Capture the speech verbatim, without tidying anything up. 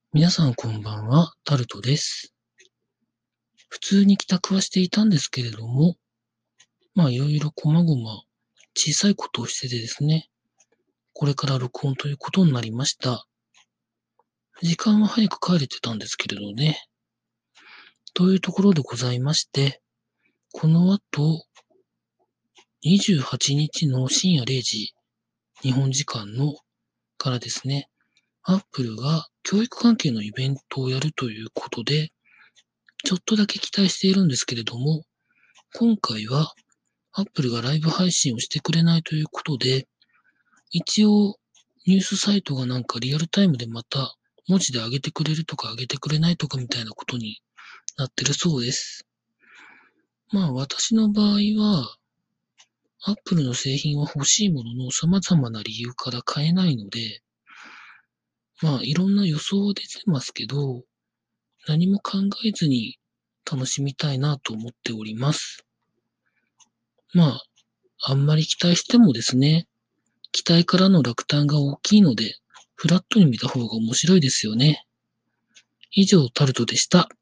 皆さんこんばんは、タルトです。普通に帰宅はしていたんですけれども、まあいろいろこまごま小さいことをしててですね、これから録音ということになりました。時間は早く帰れてたんですけれどね。というところでございまして、この後、にじゅうはちにちの深夜れいじ、日本時間のからですね、アップルが教育関係のイベントをやるということで、ちょっとだけ期待しているんですけれども、今回はアップルがライブ配信をしてくれないということで、一応ニュースサイトがなんかリアルタイムでまた文字で上げてくれるとか上げてくれないとかみたいなことになってるそうです。まあ私の場合は、アップルの製品は欲しいものの様々な理由から買えないので、まあいろんな予想は出てますけど、何も考えずに楽しみたいなと思っております。まあ、あんまり期待してもですね、期待からの落胆が大きいので、フラットに見た方が面白いですよね。以上、タルトでした。